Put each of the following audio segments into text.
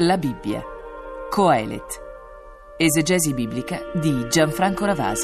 La Bibbia. Coelet. Esegesi biblica di Gianfranco Ravasi.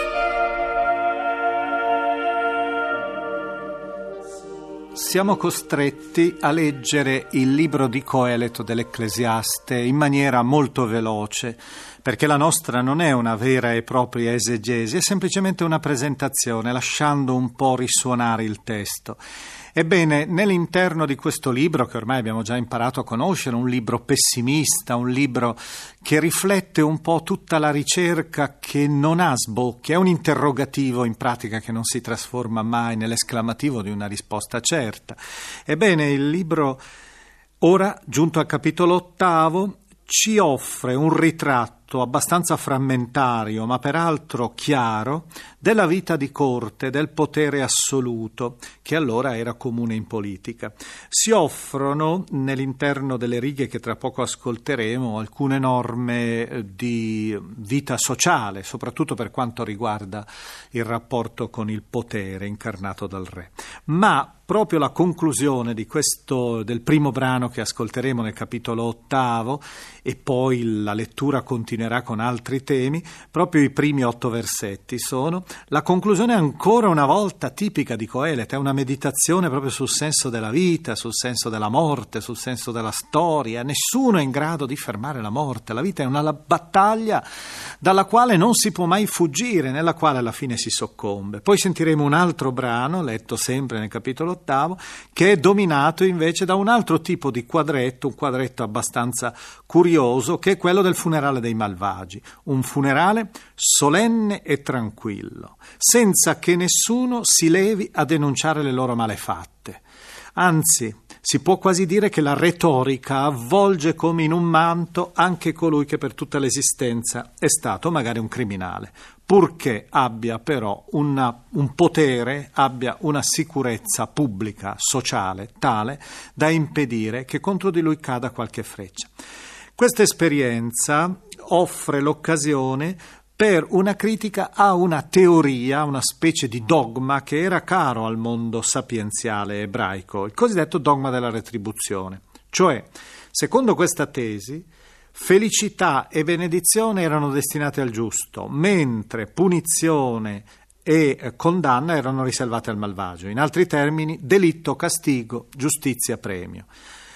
Siamo costretti a leggere il libro di Coelet dell'Ecclesiaste in maniera molto veloce, perché la nostra non è una vera e propria esegesi, è semplicemente una presentazione, lasciando un po' risuonare il testo. Ebbene, nell'interno di questo libro, che ormai abbiamo già imparato a conoscere, un libro pessimista, un libro che riflette un po' tutta la ricerca che non ha sbocchi, è un interrogativo in pratica che non si trasforma mai nell'esclamativo di una risposta certa. Ebbene, il libro, ora giunto al capitolo 8, ci offre un ritratto abbastanza frammentario, ma peraltro chiaro, della vita di corte, del potere assoluto, che allora era comune in politica. Si offrono, nell'interno delle righe che tra poco ascolteremo, alcune norme di vita sociale, soprattutto per quanto riguarda il rapporto con il potere incarnato dal re. Ma proprio la conclusione di del primo brano che ascolteremo nel capitolo 8, e poi la lettura continuerà con altri temi, proprio i primi 8 versetti sono la conclusione ancora una volta tipica di Coelet, è una meditazione proprio sul senso della vita, sul senso della morte, sul senso della storia. Nessuno è in grado di fermare la morte, la vita è una battaglia dalla quale non si può mai fuggire, nella quale alla fine si soccombe. Poi sentiremo un altro brano, letto sempre nel capitolo 8, che è dominato invece da un altro tipo di quadretto, un quadretto abbastanza curioso, che è quello del funerale dei malvagi, un funerale solenne e tranquillo, senza che nessuno si levi a denunciare le loro malefatte. Anzi, si può quasi dire che la retorica avvolge come in un manto anche colui che per tutta l'esistenza è stato magari un criminale, purché abbia però un potere, abbia una sicurezza pubblica, sociale, tale da impedire che contro di lui cada qualche freccia. Questa esperienza offre l'occasione per una critica a una teoria, una specie di dogma che era caro al mondo sapienziale ebraico, il cosiddetto dogma della retribuzione. Cioè, secondo questa tesi, felicità e benedizione erano destinate al giusto, mentre punizione e condanna erano riservate al malvagio. In altri termini, delitto, castigo, giustizia, premio.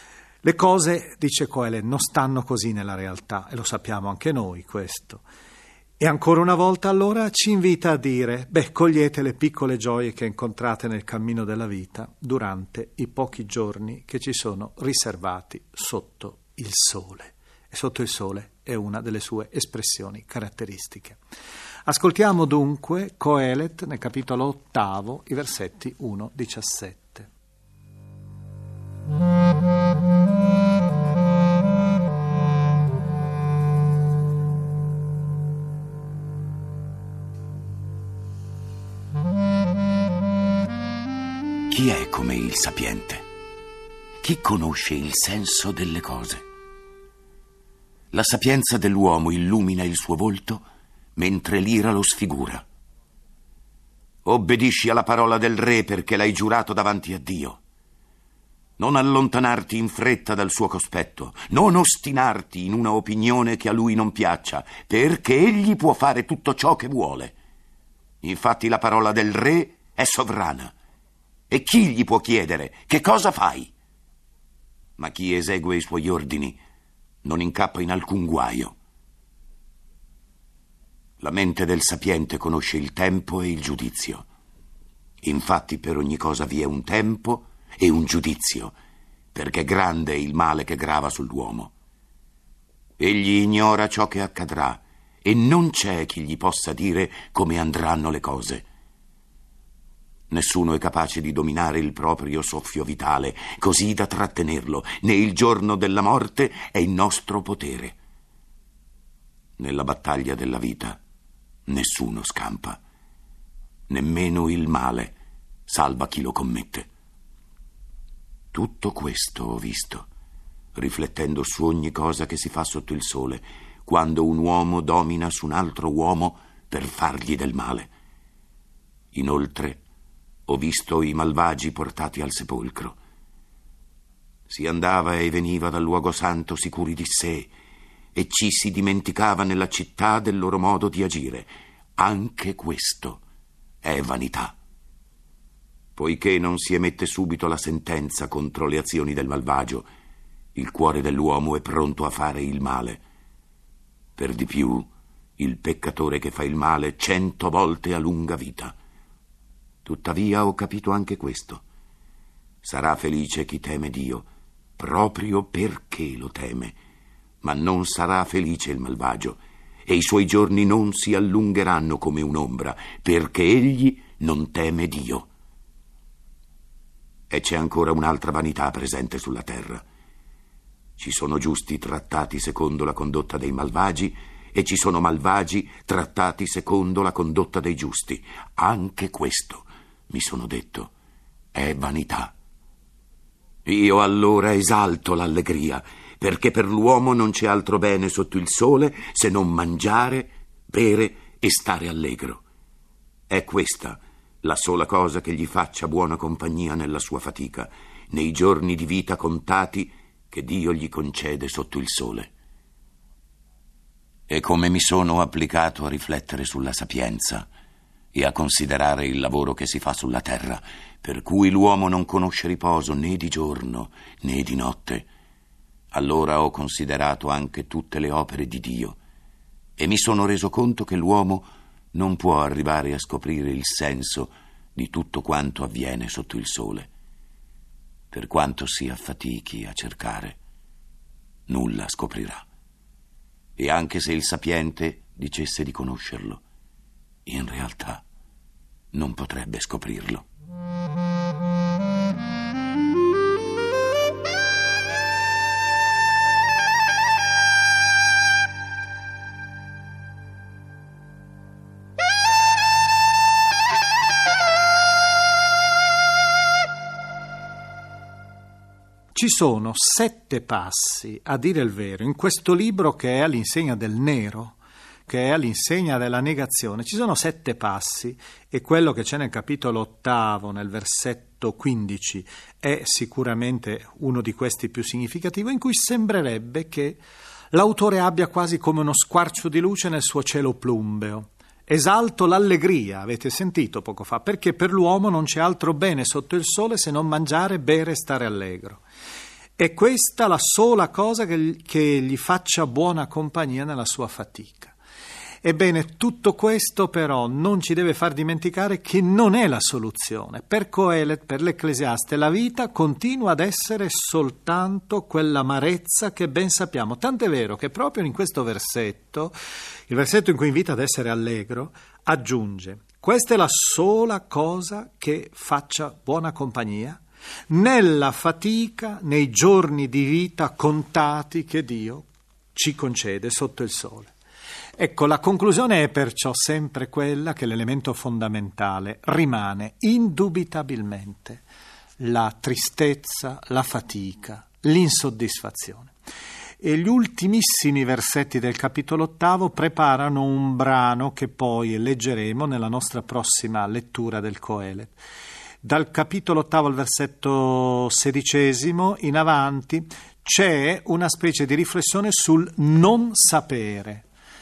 Le cose, dice Coelet, non stanno così nella realtà, e lo sappiamo anche noi questo. E ancora una volta allora ci invita a dire, cogliete le piccole gioie che incontrate nel cammino della vita durante i pochi giorni che ci sono riservati sotto il sole. E sotto il sole è una delle sue espressioni caratteristiche. Ascoltiamo dunque Coelet nel capitolo 8, i versetti 1-17. Chi è come il sapiente? Chi conosce il senso delle cose? La sapienza dell'uomo illumina il suo volto, mentre l'ira lo sfigura. Obbedisci alla parola del re perché l'hai giurato davanti a Dio. Non allontanarti in fretta dal suo cospetto, non ostinarti in una opinione che a lui non piaccia, perché egli può fare tutto ciò che vuole. Infatti la parola del re è sovrana. E chi gli può chiedere che cosa fai? Ma chi esegue i suoi ordini non incappa in alcun guaio. La mente del sapiente conosce il tempo e il giudizio. Infatti per ogni cosa vi è un tempo e un giudizio, perché grande è il male che grava sull'uomo. Egli ignora ciò che accadrà e non c'è chi gli possa dire come andranno le cose. Nessuno è capace di dominare il proprio soffio vitale, così da trattenerlo, né il giorno della morte è in nostro potere. Nella battaglia della vita nessuno scampa, nemmeno il male salva chi lo commette. Tutto questo ho visto, riflettendo su ogni cosa che si fa sotto il sole, quando un uomo domina su un altro uomo per fargli del male. Inoltre, ho visto i malvagi portati al sepolcro. Si andava e veniva dal luogo santo sicuri di sé, e ci si dimenticava nella città del loro modo di agire. Anche questo è vanità. Poiché non si emette subito la sentenza contro le azioni del malvagio, il cuore dell'uomo è pronto a fare il male. Per di più, il peccatore che fa il male 100 volte ha lunga vita. Tuttavia ho capito anche questo. Sarà felice chi teme Dio, proprio perché lo teme, ma non sarà felice il malvagio, e i suoi giorni non si allungheranno come un'ombra, perché egli non teme Dio. E c'è ancora un'altra vanità presente sulla terra. Ci sono giusti trattati secondo la condotta dei malvagi, e ci sono malvagi trattati secondo la condotta dei giusti. Anche questo, mi sono detto, è vanità. Io allora esalto l'allegria, perché per l'uomo non c'è altro bene sotto il sole se non mangiare, bere e stare allegro. È questa la sola cosa che gli faccia buona compagnia nella sua fatica, nei giorni di vita contati che Dio gli concede sotto il sole. E come mi sono applicato a riflettere sulla sapienza e a considerare il lavoro che si fa sulla terra, per cui l'uomo non conosce riposo né di giorno né di notte, allora ho considerato anche tutte le opere di Dio e mi sono reso conto che l'uomo non può arrivare a scoprire il senso di tutto quanto avviene sotto il sole. Per quanto si affatichi a cercare, nulla scoprirà. E anche se il sapiente dicesse di conoscerlo, in realtà non potrebbe scoprirlo. Ci sono 7 passi, a dire il vero, in questo libro che è all'insegna del nero, che è all'insegna della negazione. Ci sono 7 passi e quello che c'è nel capitolo 8, nel versetto 15, è sicuramente uno di questi più significativo, in cui sembrerebbe che l'autore abbia quasi come uno squarcio di luce nel suo cielo plumbeo. Esalto l'allegria, avete sentito poco fa, perché per l'uomo non c'è altro bene sotto il sole se non mangiare, bere e stare allegro. È questa la sola cosa che gli faccia buona compagnia nella sua fatica. Ebbene, tutto questo però non ci deve far dimenticare che non è la soluzione. Per Coelet, per l'Ecclesiaste, la vita continua ad essere soltanto quell'amarezza che ben sappiamo. Tant'è vero che proprio in questo versetto, il versetto in cui invita ad essere allegro, aggiunge: questa è la sola cosa che faccia buona compagnia nella fatica, nei giorni di vita contati che Dio ci concede sotto il sole. Ecco, la conclusione è perciò sempre quella che l'elemento fondamentale rimane indubitabilmente la tristezza, la fatica, l'insoddisfazione. E gli ultimissimi versetti del capitolo 8 preparano un brano che poi leggeremo nella nostra prossima lettura del Coelet. Dal capitolo 8 al versetto 16 in avanti c'è una specie di riflessione sul non sapere.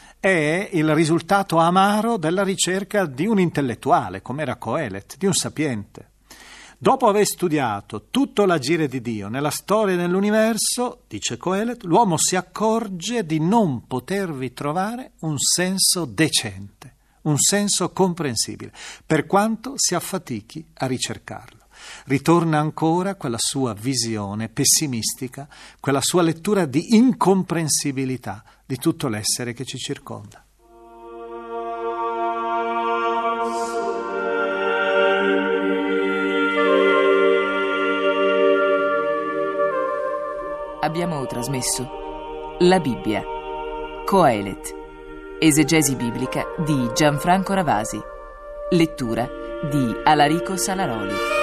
È il risultato amaro della ricerca di un intellettuale, come era Coelet, di un sapiente. Dopo aver studiato tutto l'agire di Dio nella storia dell'universo, dice Coelet, l'uomo si accorge di non potervi trovare un senso decente, un senso comprensibile, per quanto si affatichi a ricercarlo. Ritorna ancora quella sua visione pessimistica, quella sua lettura di incomprensibilità di tutto l'essere che ci circonda. Abbiamo trasmesso La Bibbia, Coelet, esegesi biblica di Gianfranco Ravasi, lettura di Alarico Salaroli.